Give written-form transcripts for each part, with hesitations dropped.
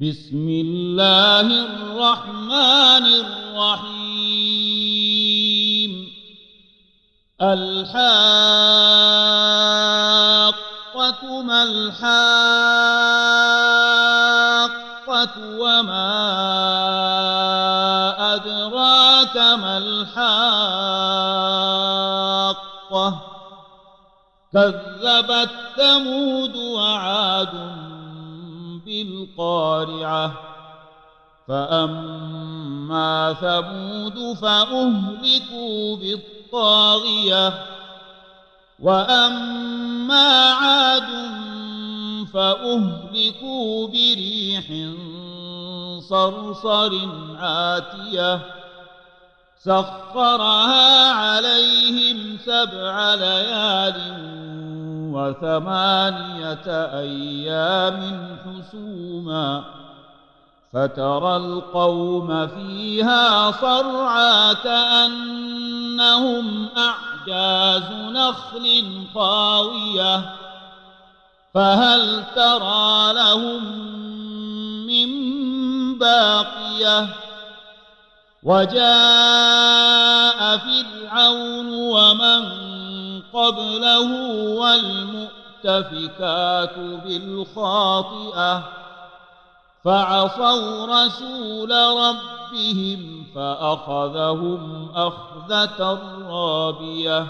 بسم الله الرحمن الرحيم الحاقة ما الحاقة وما أدراك ما الحاقة كذبت ثمود وعاد بالقارعة فأما ثمود فأهلكوا بالطاغية وأما عاد فأهلكوا بريح صرصر عاتية سخرها عليهم 7 ليال و8 أيام حسوما فترى القوم فيها صرعى كأنهم أعجاز نخل خاوية فهل ترى لهم من باقية وجاء فرعون ومن قبله والمؤتفكات بالخاطئة فعصوا رسول ربهم فأخذهم أخذة رابية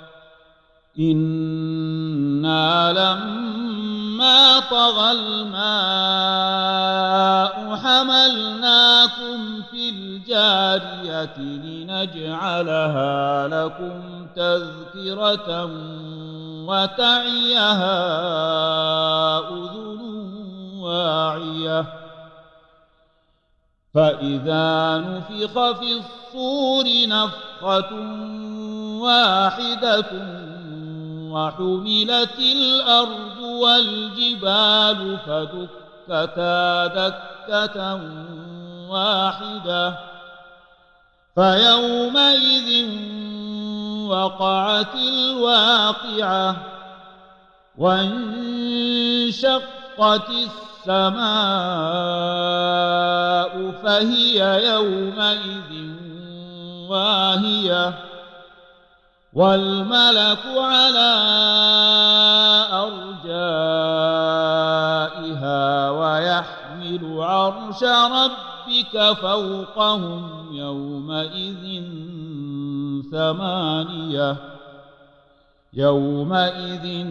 إنا لما طغى الماء حملناكم في الجارية لنجعلها لكم تذكرة وتعيها أذن واعية فإذا نفخ في الصور نفخة واحدة وحملت الأرض والجبال فدكتا دكة واحدة فيومئذ وقعت الواقعة وانشقت السماء فهي يومئذ واهية والملك على أرجائها ويحمل عرش ربك فوقهم يومئذ 8 يومئذ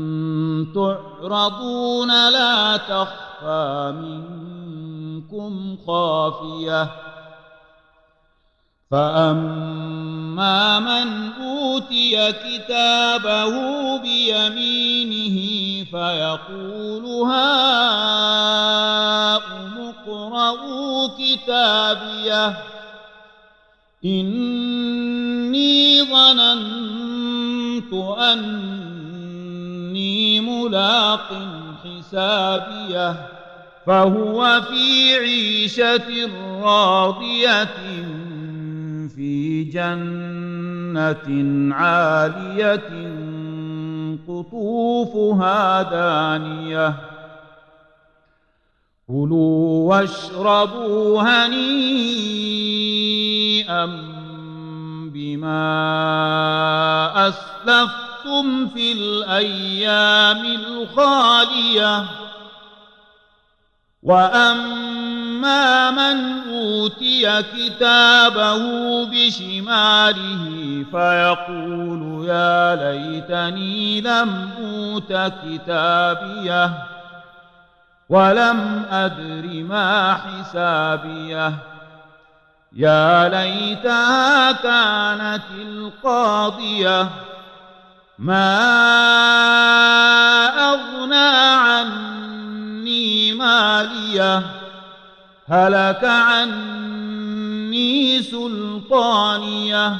تعرضون لا تخفى منكم خافية فأما من أوتي كتابه بيمينه فيقول هاؤم اقرءوا كتابيه إني ظننت أني ملاق حسابيه فهو في عيشة راضية في جنة عالية قطوفها دانية كلوا واشربوا هنيئا بما أسلفتم في الأيام الخالية وأما من أوتي كتابه بشماله فيقول يا ليتني لم أوت كتابيه ولم أدر ما حسابيه يا ليتها كانت القاضية ما أغنى عني ماليه هلك عني سلطانيه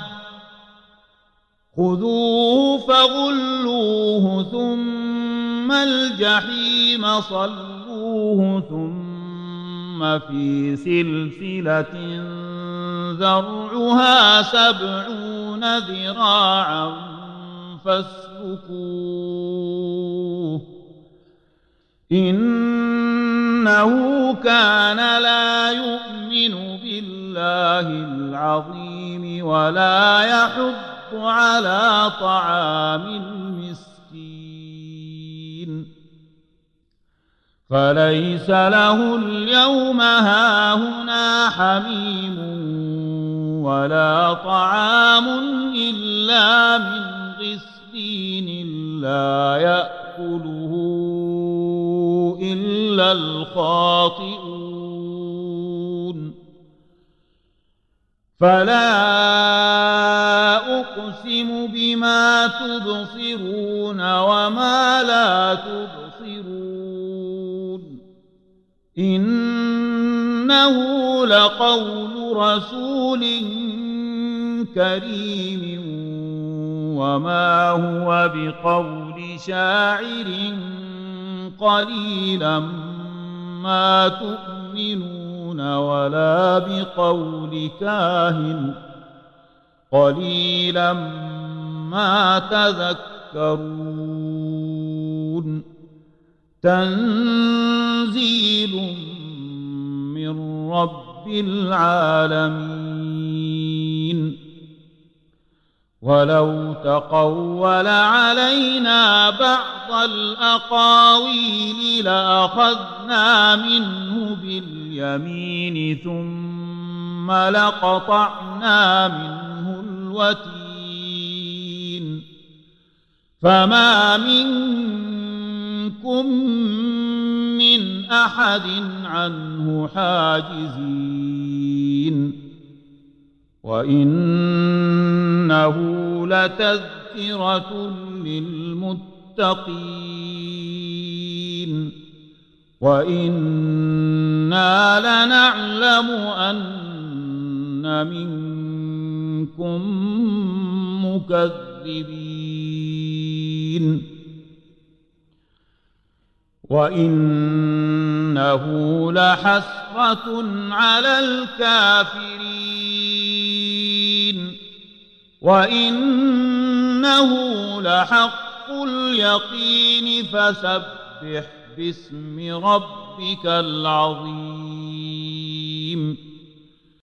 خذوه فغلوه ثم الجحيم صلوه ثم في سلسلة ذرعها 70 ذراعا فاسلكوه إن كان لا يؤمن بالله العظيم ولا يحض على طعام المسكين فليس له اليوم هاهنا حميم ولا طعام إلا من غسلين لا يأكله إلا الخاطئون فلا أقسم بما تبصرون وما لا تبصرون إنه لقول رسول كريم وما هو بقول شاعر قليلا ما تؤمنون ولا بقول كاهن قليلا ما تذكرون تنزيل من رب العالمين ولو تقول علينا بعض الأقاويل لأخذنا منه باليمين ثم لقطعنا منه الوتين فما منكم من أحد عنه حاجزين وإنه لتذكرة للمتقين وإنا لنعلم أن منكم مكذبين وإنه لحسرة على الكافرين وإنه لحق اليقين فسبح باسم ربك العظيم